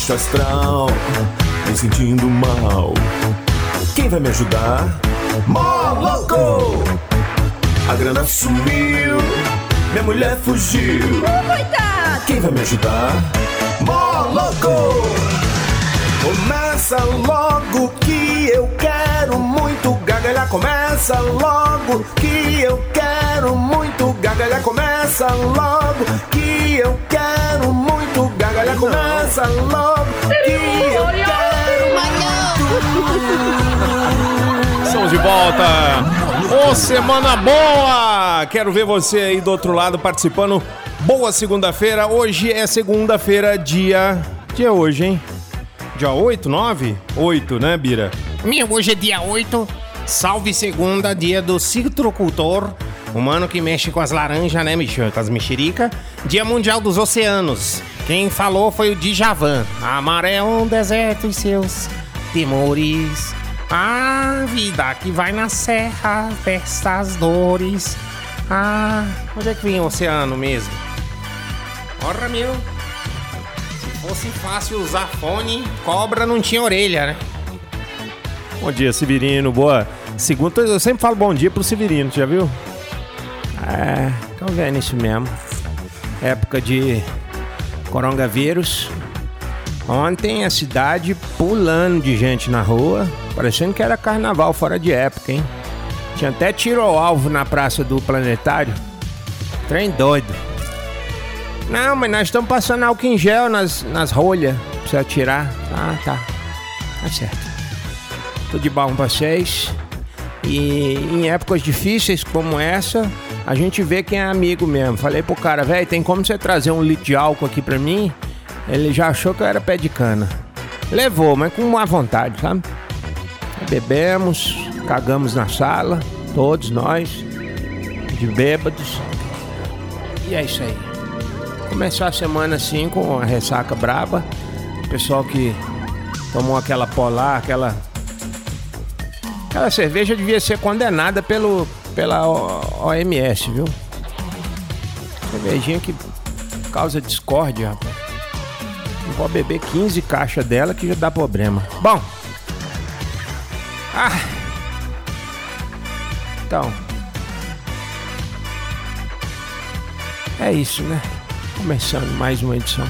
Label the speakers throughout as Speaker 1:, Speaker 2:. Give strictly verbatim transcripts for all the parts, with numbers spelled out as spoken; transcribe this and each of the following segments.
Speaker 1: baixo astral, me sentindo mal. Quem vai me ajudar? Moloco! A grana sumiu, minha mulher fugiu.
Speaker 2: Oh, coitado!
Speaker 1: Quem vai me ajudar? Moloco! Começa logo que eu quero muito gargalhar. Começa logo que eu quero muito gargalhar. Começa logo que eu quero muito gargalhar. Começa logo que eu quero muito.
Speaker 3: Estamos de volta. Ô, semana boa! Quero ver você aí do outro lado participando. Boa segunda-feira. Hoje é segunda-feira, dia... Dia hoje, hein? Dia oito, nove? oito, né, Bira?
Speaker 4: Meu, hoje é dia oito. Salve segunda, dia do citrocultor. Humano que mexe com as laranjas, né, bicho? Com as mexericas. Dia mundial dos oceanos. Quem falou foi o Djavan. A maré é um deserto e seus temores. A vida que vai na serra destas dores. Ah, onde é que vem o oceano mesmo? Porra, meu. Se fosse fácil usar fone, cobra não tinha orelha, né?
Speaker 3: Bom dia, Severino. Boa segunda. Eu sempre falo bom dia pro Severino, já viu? É, tô vendo isso mesmo. Época de coronavírus. Ontem a cidade pulando de gente na rua, parecendo que era carnaval fora de época, hein? Tinha até tiro ao alvo na praça do Planetário. Trem doido. Não, mas nós estamos passando álcool em gel nas, nas rolhas pra você atirar. Ah, tá. Tá certo. Tudo de bom pra vocês. E em épocas difíceis como essa, a gente vê quem é amigo mesmo. Falei pro cara, velho, tem como você trazer um litro de álcool aqui pra mim? Ele já achou que eu era pé de cana. Levou, mas com má vontade, sabe? Bebemos, cagamos na sala, todos nós, de bêbados. E é isso aí. Começou a semana assim, com a ressaca braba. O pessoal que tomou aquela polar, aquela... Aquela cerveja devia ser condenada pelo, pela O M S, viu? Cervejinha que causa discórdia, rapaz. Não pode beber quinze caixas dela que já dá problema. Bom. Ah. Então. É isso, né? Começando mais uma edição.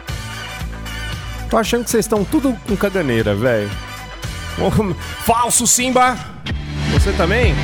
Speaker 3: Tô achando que vocês estão tudo com caganeira, velho. Falso, Simba! Você também?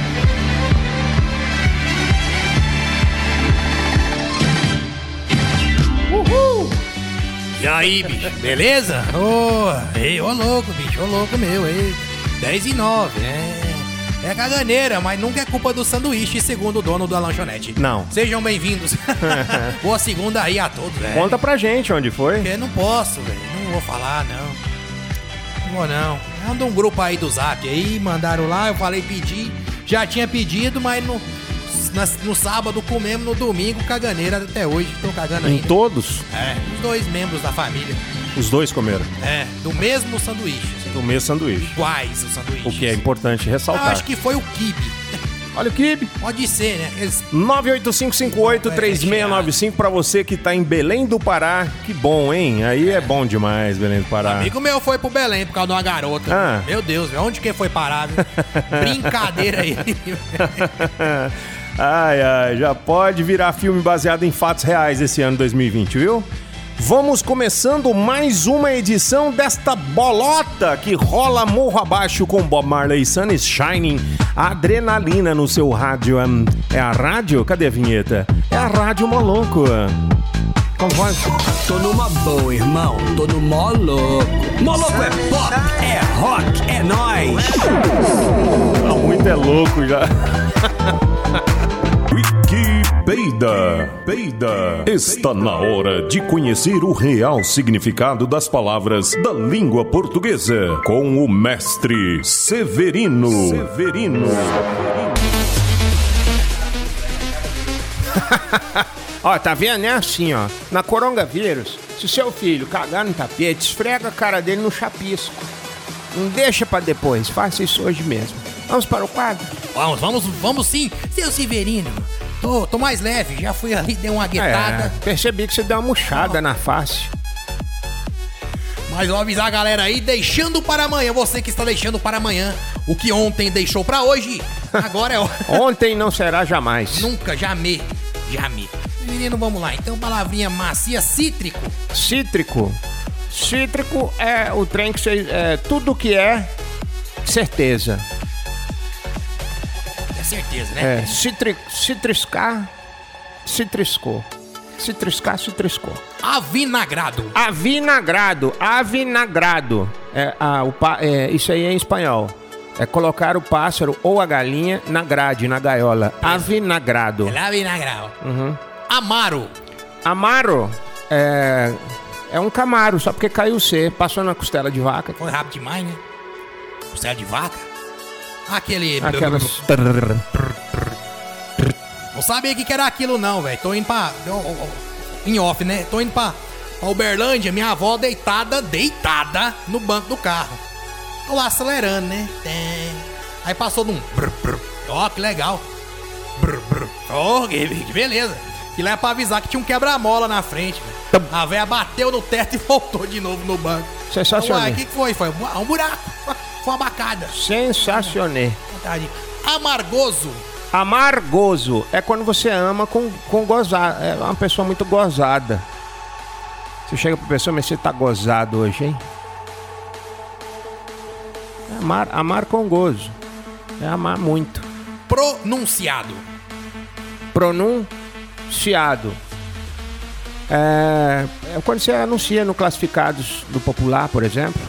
Speaker 5: Uhul! E aí, bicho, beleza? Ô, oh, ei, ô louco, bicho, ô louco meu, ei. dez e nove, né? É caganeira, mas nunca é culpa do sanduíche, segundo o dono da lanchonete.
Speaker 3: Não.
Speaker 5: Sejam bem-vindos. Boa segunda aí a todos, velho.
Speaker 3: Conta pra gente onde foi.
Speaker 5: Porque não posso, velho. Não vou falar, não. Não vou, não. Anda um grupo aí do Zap aí, mandaram lá, eu falei pedir. Já tinha pedido, mas no, na, no sábado comemos, no domingo, caganeira até hoje. Tô cagando ainda.
Speaker 3: Em todos?
Speaker 5: É, os dois membros da família.
Speaker 3: Os dois comeram?
Speaker 5: É, do mesmo sanduíche.
Speaker 3: Do mesmo sanduíche.
Speaker 5: Iguais os sanduíches.
Speaker 3: O que é importante ressaltar.
Speaker 5: Eu acho que foi o quibe.
Speaker 3: Olha o quibe.
Speaker 5: Pode ser, né? Eles...
Speaker 3: nove oito cinco cinco oito três seis nove cinco pra você que tá em Belém do Pará. Que bom, hein? Aí é bom demais, Belém do Pará.
Speaker 5: Um amigo meu foi pro Belém por causa de uma garota.
Speaker 3: Ah.
Speaker 5: Meu Deus, onde que foi parar, viu? Brincadeira aí.
Speaker 3: Ai, ai, já pode virar filme baseado em fatos reais esse ano dois mil e vinte, viu? Vamos começando mais uma edição desta bolota que rola morro abaixo com Bob Marley, Sun is Shining, adrenalina no seu rádio. É a rádio? Cadê a vinheta? É a Rádio Moloco. Com voz.
Speaker 6: Tô numa boa, irmão. Tô no Moloco. Moloco é pop, é rock, é nóis.
Speaker 3: Ah, muito é louco já.
Speaker 1: Peida, peida. Está na hora de conhecer o real significado das palavras da língua portuguesa com o mestre Severino. Severino.
Speaker 4: Ó, tá vendo? É assim, ó. Na coronavírus, se o seu filho cagar no tapete, esfrega a cara dele no chapisco. Não deixa pra depois, faça isso hoje mesmo. Vamos para o quadro?
Speaker 5: Vamos, vamos, vamos sim, seu Severino. Tô, tô mais leve, já fui ali, dei uma guetada.
Speaker 4: É, percebi que você deu uma murchada na face.
Speaker 5: Mas vou avisar a galera aí, deixando para amanhã. Você que está deixando para amanhã o que ontem deixou para hoje, agora é hora.
Speaker 3: Ontem não será jamais.
Speaker 5: Nunca, jamais, jamais. Menino, vamos lá. Então, palavrinha macia, cítrico.
Speaker 3: Cítrico. Cítrico é o trem que você... É tudo que é certeza.
Speaker 5: É certeza, né?
Speaker 3: É, citri, citriscar, citriscou. Citriscar, citriscou.
Speaker 5: Avinagrado.
Speaker 3: Avinagrado, avinagrado. É, ah, o, pa- é, isso aí é em espanhol. É colocar o pássaro ou a galinha na grade, na gaiola. Avinagrado.
Speaker 5: É avinagrado.
Speaker 3: Uhum.
Speaker 5: Amaro.
Speaker 3: Amaro é, é um camaro, só porque caiu o C. Passou na costela de vaca.
Speaker 5: Foi rápido demais, né? Costela de vaca. Aquele...
Speaker 3: Aquelas...
Speaker 5: Não sabia o que que era aquilo não, velho. Tô indo pra... Em off, né? Tô indo pra, pra Uberlândia, minha avó deitada, deitada no banco do carro. Tô lá acelerando, né? Tem. Aí passou num... Ó, que legal. Ó, oh, que, que beleza. Que lá é pra avisar que tinha um quebra-mola na frente, velho. A véia bateu no teto e voltou de novo no banco.
Speaker 3: Sensacional.
Speaker 5: Uai, o que que foi? Foi um buraco. Foi uma bacada.
Speaker 3: Sensacional.
Speaker 5: Amargoso.
Speaker 3: Amargoso é quando você ama com, com gozar. É uma pessoa muito gozada. Você chega pra pessoa, mas você tá gozado hoje, hein? É amar, amar com gozo. É amar muito.
Speaker 5: Pronunciado.
Speaker 3: Pronunciado. É, é quando você anuncia no Classificados do Popular, por exemplo.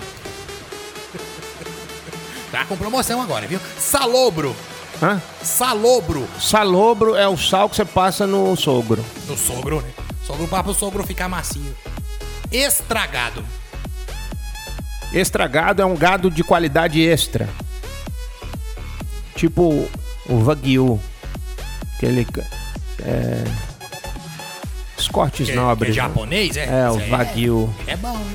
Speaker 5: Tá com promoção agora, viu? Salobro.
Speaker 3: Hã?
Speaker 5: Salobro.
Speaker 3: Salobro é o sal que você passa no sogro.
Speaker 5: No sogro, né? Sogro para pro sogro ficar macio. Estragado.
Speaker 3: Estragado é um gado de qualidade extra. Tipo o Wagyu. Aquele... É, os cortes
Speaker 5: Que,
Speaker 3: nobres.
Speaker 5: que é
Speaker 3: né?
Speaker 5: japonês, é?
Speaker 3: É, o
Speaker 5: Isso aí
Speaker 3: Wagyu.
Speaker 5: É, é bom, né?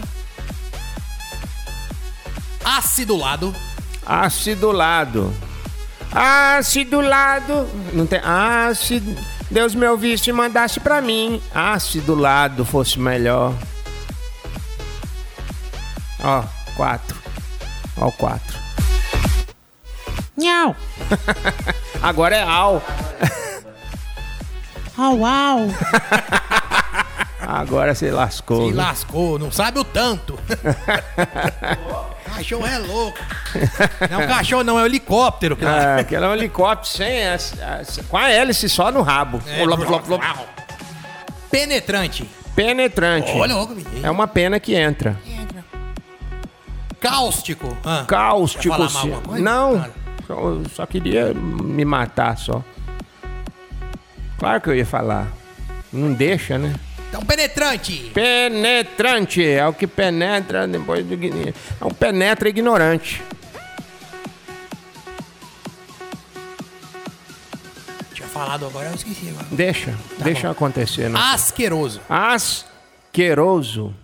Speaker 5: Acidulado.
Speaker 3: Acidulado. Acidulado. Não tem... Ah, se Deus me ouvisse e mandasse pra mim. Acidulado fosse melhor. Ó, quatro. Ó, o quatro.
Speaker 2: Nhau.
Speaker 3: Agora é ao.
Speaker 2: Au, au.
Speaker 3: Agora você lascou.
Speaker 5: Se
Speaker 3: né?
Speaker 5: lascou, não sabe o tanto. Cachorro é louco. Não é um cachorro, não, é um helicóptero. Que
Speaker 3: É, aquele é um helicóptero sem a, a- com a hélice só no rabo.
Speaker 5: É,
Speaker 3: Flop, flop, flop.
Speaker 5: Penetrante.
Speaker 3: Penetrante.
Speaker 5: Olha, louco, menino.
Speaker 3: É uma pena que entra.
Speaker 5: Cáustico. Ah.
Speaker 3: Cáustico.
Speaker 5: Quer falar mal
Speaker 3: se-
Speaker 5: alguma coisa?
Speaker 3: Não,
Speaker 5: Cara.
Speaker 3: só, só queria me matar só. Claro que eu ia falar. Não deixa, né?
Speaker 5: Então, penetrante.
Speaker 3: Penetrante é o que penetra depois do... ign- É um penetra ignorante.
Speaker 5: Tinha falado agora, eu esqueci agora.
Speaker 3: Deixa, deixa
Speaker 5: bom.
Speaker 3: acontecer. Não.
Speaker 5: Asqueroso.
Speaker 3: Asqueroso.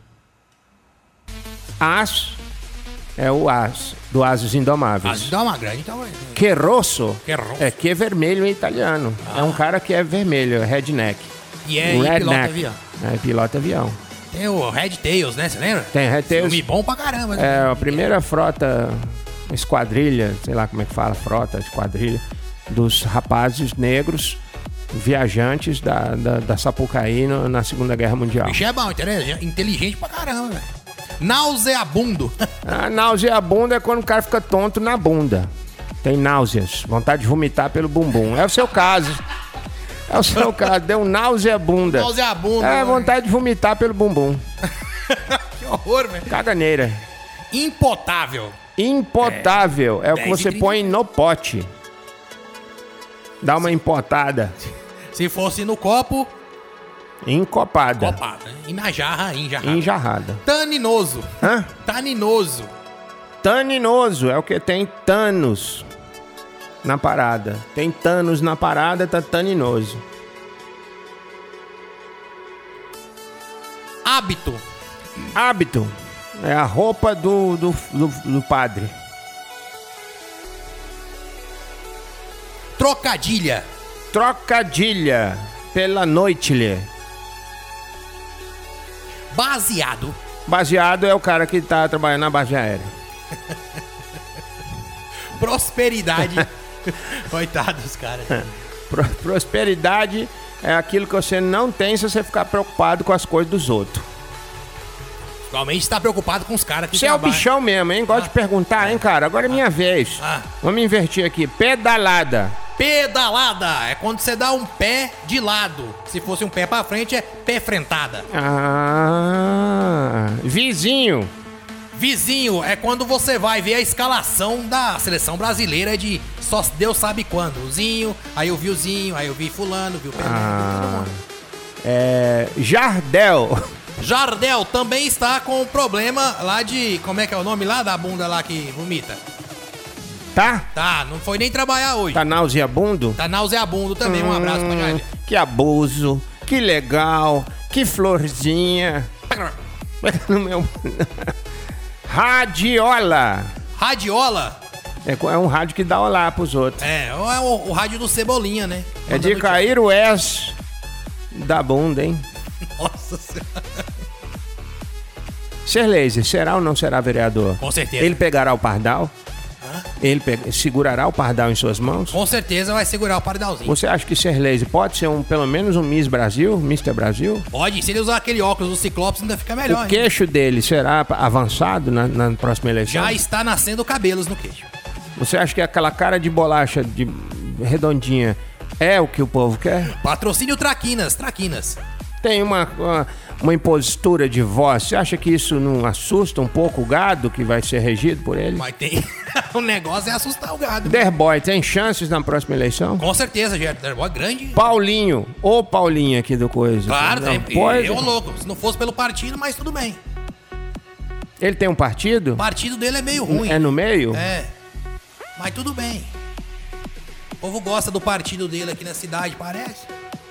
Speaker 3: As é o as do Ases Indomáveis.
Speaker 5: Ah, dá uma grande, então.
Speaker 3: Queroso
Speaker 5: Queroso.
Speaker 3: é que é vermelho em italiano. É um cara que é vermelho, é redneck.
Speaker 5: E é e pilota avião.
Speaker 3: É pilota avião.
Speaker 5: Tem o Red Tails, né? Você lembra?
Speaker 3: Tem Red Tails.
Speaker 5: Filme bom pra caramba. né?
Speaker 3: É a primeira frota, esquadrilha, sei lá como é que fala, frota, esquadrilha, dos rapazes negros viajantes da, da, da Sapucaí no- na Segunda Guerra Mundial.
Speaker 5: O bicho é bom, entendeu? Inteligente pra caramba, velho. Nauseabundo.
Speaker 3: A nauseabunda é quando o cara fica tonto na bunda. Tem náuseas, vontade de vomitar pelo bumbum. É o seu caso. É o seu caso, deu nauseabunda.
Speaker 5: Nauseabundo.
Speaker 3: É
Speaker 5: né?
Speaker 3: vontade de vomitar pelo bumbum.
Speaker 5: Que horror, velho.
Speaker 3: Caganeira.
Speaker 5: Impotável.
Speaker 3: Impotável é, o que
Speaker 5: dez e
Speaker 3: você
Speaker 5: trinta.
Speaker 3: põe no pote. Dá uma empotada.
Speaker 5: Se fosse no copo,
Speaker 3: Encopada.
Speaker 5: copado. Né? E na jarra, enjarrado.
Speaker 3: Enjarrada.
Speaker 5: Taninoso.
Speaker 3: Hã?
Speaker 5: Taninoso.
Speaker 3: Taninoso é o que tem tanos na parada. Tem tanos na parada, tá taninoso.
Speaker 5: Hábito.
Speaker 3: Hábito é a roupa do, do, do, do padre.
Speaker 5: Trocadilha.
Speaker 3: Trocadilha pela noite.
Speaker 5: Baseado.
Speaker 3: Baseado é o cara que tá trabalhando na base aérea.
Speaker 5: Prosperidade. Coitado dos caras.
Speaker 3: Pro- prosperidade é aquilo que você não tem se você ficar preocupado com as coisas dos outros.
Speaker 5: Realmente tá preocupado com os caras que
Speaker 3: Você é o
Speaker 5: trabalham.
Speaker 3: bichão mesmo, hein? Gosto de perguntar, hein, cara? Agora é minha vez.
Speaker 5: Ah.
Speaker 3: Vamos invertir aqui. Pedalada.
Speaker 5: Pedalada é quando você dá um pé de lado. Se fosse um pé pra frente, é pé frentada.
Speaker 3: Ah. Vizinho.
Speaker 5: Vizinho é quando você vai ver a escalação da seleção brasileira de só Deus sabe quando. Ozinho, aí eu vi o Zinho, aí eu vi fulano, vi o Pedro,
Speaker 3: Ah.
Speaker 5: todo mundo.
Speaker 3: É. Jardel.
Speaker 5: Jardel também está com um problema lá de... Como é que é o nome lá da bunda lá que vomita?
Speaker 3: Tá?
Speaker 5: Tá, não foi nem trabalhar hoje.
Speaker 3: Tá nauseabundo?
Speaker 5: Tá nauseabundo também. Um abraço pra Jardel.
Speaker 3: Que abuso. Que legal. Que florzinha. No meu... Radiola.
Speaker 5: Radiola.
Speaker 3: É, é um rádio que dá olá pros outros.
Speaker 5: É, é o, o rádio do Cebolinha, né?
Speaker 3: É de
Speaker 5: Mandando
Speaker 3: cair o S da bunda, hein?
Speaker 5: tchau. Nossa Senhora.
Speaker 3: Ser laser, será ou não será vereador?
Speaker 5: Com certeza.
Speaker 3: Ele pegará o pardal? Ele pe- segurará o pardal em suas mãos?
Speaker 5: Com certeza vai segurar o pardalzinho.
Speaker 3: Você acha que ser laser pode ser um, pelo menos um Miss Brasil? mister Brasil?
Speaker 5: Pode, se ele usar aquele óculos do Ciclopes ainda fica melhor.
Speaker 3: O
Speaker 5: hein?
Speaker 3: queixo dele será avançado na, na próxima eleição?
Speaker 5: Já está nascendo cabelos no queixo.
Speaker 3: Você acha que aquela cara de bolacha de redondinha é o que o povo quer?
Speaker 5: Patrocínio Traquinas, Traquinas.
Speaker 3: Tem uma, uma, uma impostura de voz. Você acha que isso não assusta um pouco o gado que vai ser regido por ele?
Speaker 5: Mas tem... o negócio é assustar o gado.
Speaker 3: Derboy, tem chances na próxima eleição?
Speaker 5: Com certeza, Gerardo. É grande.
Speaker 3: Paulinho, ô Paulinho aqui do Coisa.
Speaker 5: Claro,
Speaker 3: Não,
Speaker 5: tem.
Speaker 3: pode-
Speaker 5: Eu louco. Se não fosse pelo partido, mas tudo bem.
Speaker 3: Ele tem um partido?
Speaker 5: O partido dele é meio ruim.
Speaker 3: É no meio?
Speaker 5: É. Mas tudo bem. O povo gosta do partido dele aqui na cidade, parece.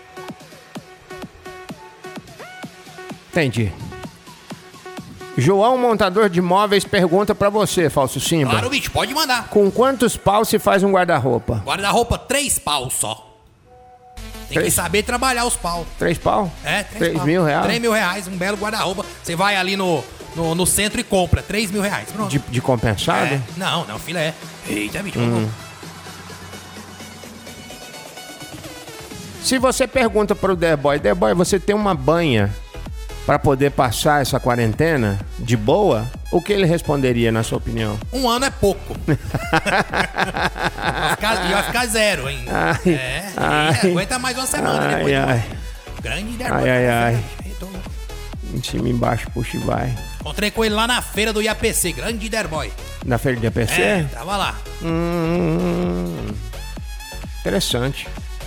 Speaker 3: Entendi. João, montador de móveis, pergunta pra você, Falso Simba.
Speaker 5: Claro, bicho, pode mandar.
Speaker 3: Com quantos paus se faz um guarda-roupa?
Speaker 5: Guarda-roupa, três pau só. Tem
Speaker 3: Três?
Speaker 5: que saber trabalhar os pau.
Speaker 3: Três pau?
Speaker 5: É, três,
Speaker 3: Três
Speaker 5: pau.
Speaker 3: mil reais?
Speaker 5: Três mil reais, um belo guarda-roupa. Você vai ali no, no, no centro e compra. Três mil reais. Pronto.
Speaker 3: De, de compensado?
Speaker 5: É. Não, não, filé. Eita, bicho.
Speaker 3: Hum. Se você pergunta pro Derboy, Derboy, você tem uma banha pra poder passar essa quarentena de boa? O que ele responderia, na sua opinião?
Speaker 5: Um ano é pouco. vai, ficar, e vai ficar zero ainda.
Speaker 3: Ai,
Speaker 5: é,
Speaker 3: ai.
Speaker 5: e aguenta mais uma semana
Speaker 3: Ai,
Speaker 5: depois.
Speaker 3: ai.
Speaker 5: Grande ideia.
Speaker 3: Ai, ai, ai.
Speaker 5: Tô louco.
Speaker 3: Em cima, embaixo, puxa e vai.
Speaker 5: Encontrei com ele lá na feira do I A P C, grande Derboy.
Speaker 3: Na feira de A P C?
Speaker 5: É, tava lá.
Speaker 3: Hum, interessante.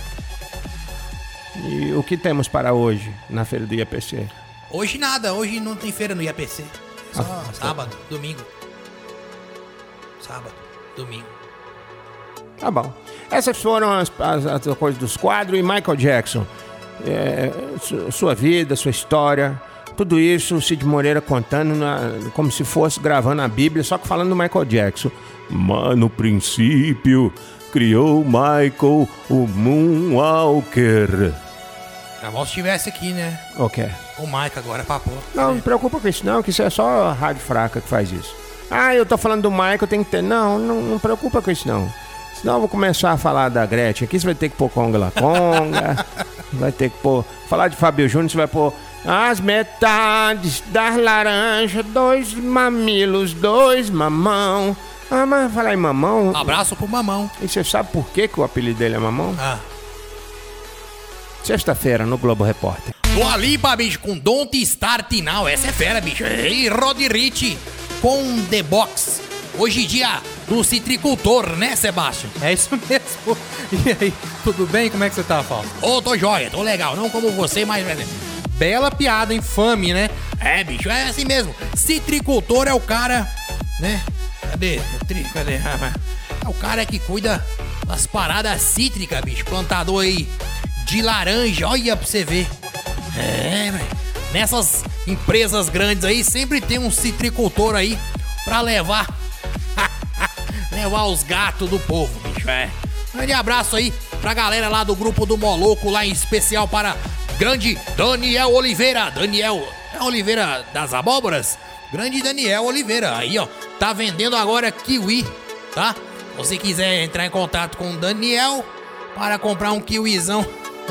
Speaker 3: E o que temos para hoje na feira do I A P C?
Speaker 5: Hoje nada, hoje não tem feira no I A P C. Só
Speaker 3: Ah,
Speaker 5: sábado, domingo. Sábado, domingo.
Speaker 3: Tá bom. Essas foram as, as, as coisas dos quadros. E Michael Jackson, é, su- sua vida, sua história, tudo isso o Cid Moreira contando na- como se fosse gravando a Bíblia, só que falando do Michael Jackson. Mas no princípio criou Michael o Moonwalker.
Speaker 5: Tá bom se estivesse aqui, né?
Speaker 3: Ok.
Speaker 5: O Mike agora, papo.
Speaker 3: Não, não me preocupa com isso não, que isso é só a rádio fraca que faz isso. Ah, eu tô falando do Michael, tem que ter... Não, não, não preocupa com isso não. Senão eu vou começar a falar da Gretchen aqui, você vai ter que pôr Conga La Conga, vai ter que pôr... Falar de Fábio Júnior, você vai pôr... As metades das laranjas, dois mamilos, dois mamão. Ah, mas falar em mamão...
Speaker 5: Abraço pro mamão.
Speaker 3: E você sabe por que, que o apelido dele é mamão?
Speaker 5: Ah.
Speaker 3: Sexta-feira, no Globo Repórter.
Speaker 5: Tô ali, bicho, com Don't Start Now. Essa é fera, bicho. E Rod Rich com The Box. Hoje dia do citricultor, né, Sebastião?
Speaker 2: É isso mesmo. E aí, tudo bem? Como é que você tá, Paulo?
Speaker 5: Ô, tô joia, tô legal. Não como você, mas...
Speaker 2: Bela piada, infame, né?
Speaker 5: É, bicho, é assim mesmo. Citricultor é o cara, né? Cadê? Tri- Cadê? Ah, mas- É o cara que cuida das paradas cítricas, bicho. Plantador aí de laranja, olha pra você ver. É, velho. Nessas empresas grandes aí, sempre tem um citricultor aí pra levar... levar os gatos do povo, bicho, é. Um grande abraço aí pra galera lá do grupo do Moloco, lá em especial para grande Daniel Oliveira. Daniel é Oliveira das Abóboras? Grande Daniel Oliveira. Aí, ó, tá vendendo agora kiwi, tá? Se você quiser entrar em contato com o Daniel para comprar um kiwizão.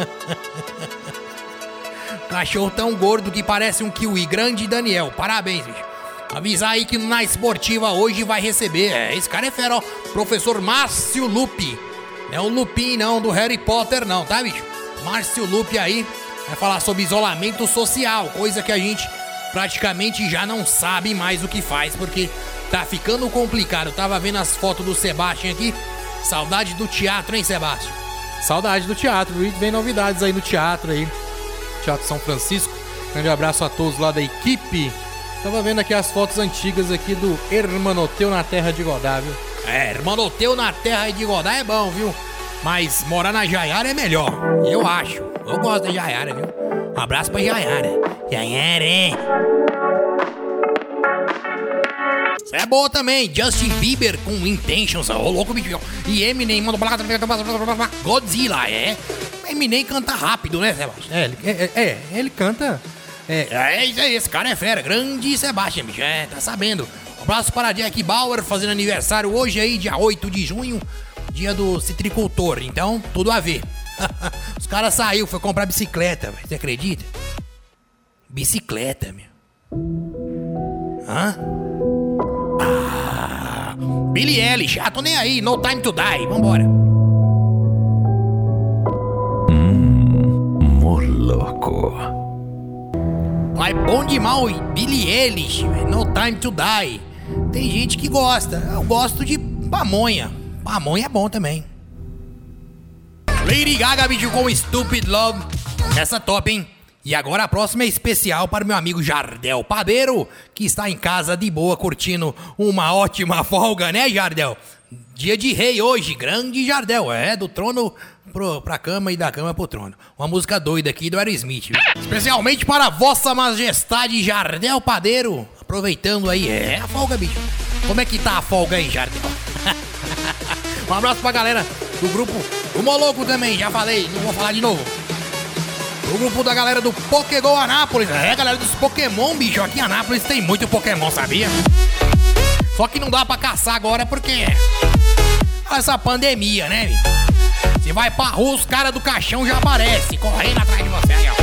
Speaker 5: Cachorro tão gordo que parece um kiwi. Grande Daniel, parabéns, bicho. Avisar aí que na esportiva hoje vai receber. É, esse cara é fera, ó. Professor Márcio Lupi. Não é o Lupin, não, do Harry Potter, não, tá, bicho? Márcio Lupi aí vai falar sobre isolamento social, coisa que a gente praticamente já não sabe mais o que faz, porque tá ficando complicado. Eu tava vendo as fotos do Sebastião aqui. Saudade do teatro, hein, Sebastião?
Speaker 2: Saudade do teatro, viu? Vem novidades aí no teatro aí. Teatro São Francisco. Grande abraço a todos lá da equipe. Tava vendo aqui as fotos antigas aqui do Hermanoteu na terra de Godá, viu?
Speaker 5: É, Hermanoteu na terra de Godá é bom, viu? Mas morar na Jaiara é melhor, eu acho. Eu gosto da Jaiara, viu? Um abraço pra Jaiara. Jaiara, hein? Isso é boa também. Justin Bieber com Intentions. Ô, louco, bicho. E Eminem manda Godzilla, é. Eminem canta rápido, né, Sebastião?
Speaker 2: É, ele, é, é, ele canta...
Speaker 5: É, é isso aí, esse cara é fera. Grande Sebastião, bicho. É, tá sabendo. Um abraço para Jack Bauer, fazendo aniversário hoje aí, dia oito de junho. Dia do citricultor. Então, tudo a ver. Os caras saíram, foi comprar bicicleta, véio. Você acredita? Bicicleta, meu. Hã? Ah, Billie Eilish. Ah, tô nem aí. No Time to Die. Vambora.
Speaker 1: Hum, Moloco.
Speaker 5: Vai bom demais, Billie Eilish, No Time to Die. Tem gente que gosta. Eu gosto de pamonha. Pamonha é bom também. Lady Gaga, bicho, com Stupid Love. Essa top, hein? E agora a próxima é especial para o meu amigo Jardel Padeiro, que está em casa de boa, curtindo uma ótima folga, né, Jardel? Dia de rei hoje, grande Jardel. É, do trono pro, pra cama e da cama pro trono. Uma música doida aqui do Aerosmith, viu? Especialmente para Vossa Majestade Jardel Padeiro. Aproveitando aí, é a folga, bicho. Como é que tá a folga aí, Jardel? Um abraço pra galera do grupo do Moloco também, já falei, não vou falar de novo. O grupo da galera do Pokégol Anápolis. É, galera dos Pokémon, bicho. Aqui em Anápolis tem muito Pokémon, sabia? Só que não dá pra caçar agora porque... essa pandemia, né, bicho? Você vai pra rua, os caras do caixão já aparecem, correndo atrás de você aí, ó.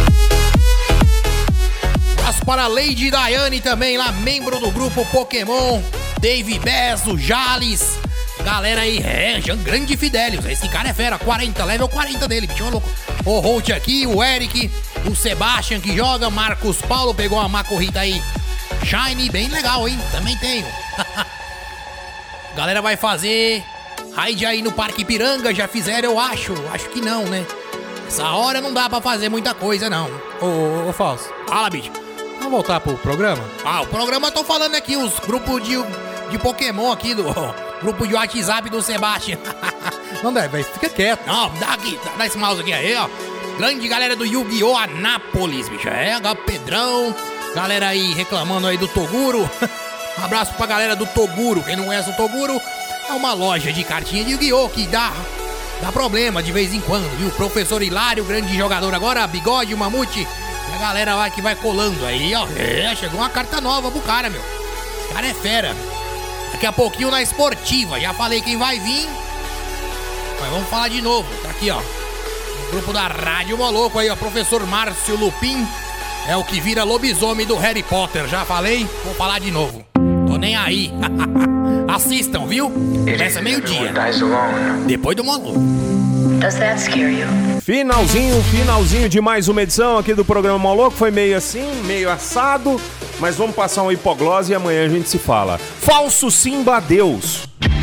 Speaker 5: Passo para a Lady Diane também, lá, membro do grupo Pokémon. Dave Bezo, Jales. Galera aí, é, grande Fidelius. Esse cara é fera, quarenta, level quarenta dele, bicho, é louco. O Holt aqui, o Eric, o Sebastian que joga, Marcos Paulo pegou uma macorrita aí. Shine, bem legal, hein? Também tenho. Galera vai fazer raid aí no Parque Ipiranga, já fizeram, eu acho. Acho que não, né? Essa hora não dá pra fazer muita coisa, não.
Speaker 2: Ô, ô, ô Fausto.
Speaker 5: Fala, bicho.
Speaker 2: Vamos voltar pro programa?
Speaker 5: Ah, o programa eu tô falando aqui, os grupos de, de Pokémon aqui, do grupo de WhatsApp do Sebastian.
Speaker 2: Não dá, mas fica quieto.
Speaker 5: Não, dá aqui, dá esse mouse aqui aí, ó. Grande galera do Yu-Gi-Oh! Anápolis, bicho. É, Pedrão. Galera aí reclamando aí do Toguro. Um abraço pra galera do Toguro. Quem não conhece o Toguro, é uma loja de cartinha de Yu-Gi-Oh! Que dá, dá problema de vez em quando, viu? Professor Hilário, grande jogador agora, Bigode, o Mamute. E a galera lá que vai colando aí, ó. É, chegou uma carta nova pro cara, meu. Esse cara é fera. Daqui a pouquinho na esportiva. Já falei quem vai vir. Mas vamos falar de novo. Tá aqui, ó. O grupo da Rádio Moloco aí, ó. Professor Márcio Lupin. É o que vira lobisomem do Harry Potter. Já falei, vou falar de novo. Tô nem aí. Assistam, viu? Começa meio-dia. Depois do Moloco.
Speaker 7: Does that scare you?
Speaker 3: Finalzinho, finalzinho de mais uma edição aqui do programa Moloco. Foi meio assim, meio assado. Mas vamos passar uma hipoglose e amanhã a gente se fala. Falso Simba, adeus.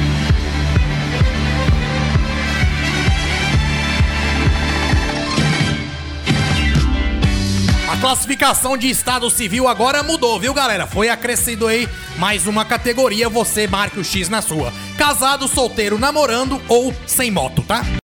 Speaker 5: A classificação de estado civil agora mudou, viu, galera? Foi acrescido aí mais uma categoria, você marque o X na sua. Casado, solteiro, namorando ou sem moto, tá?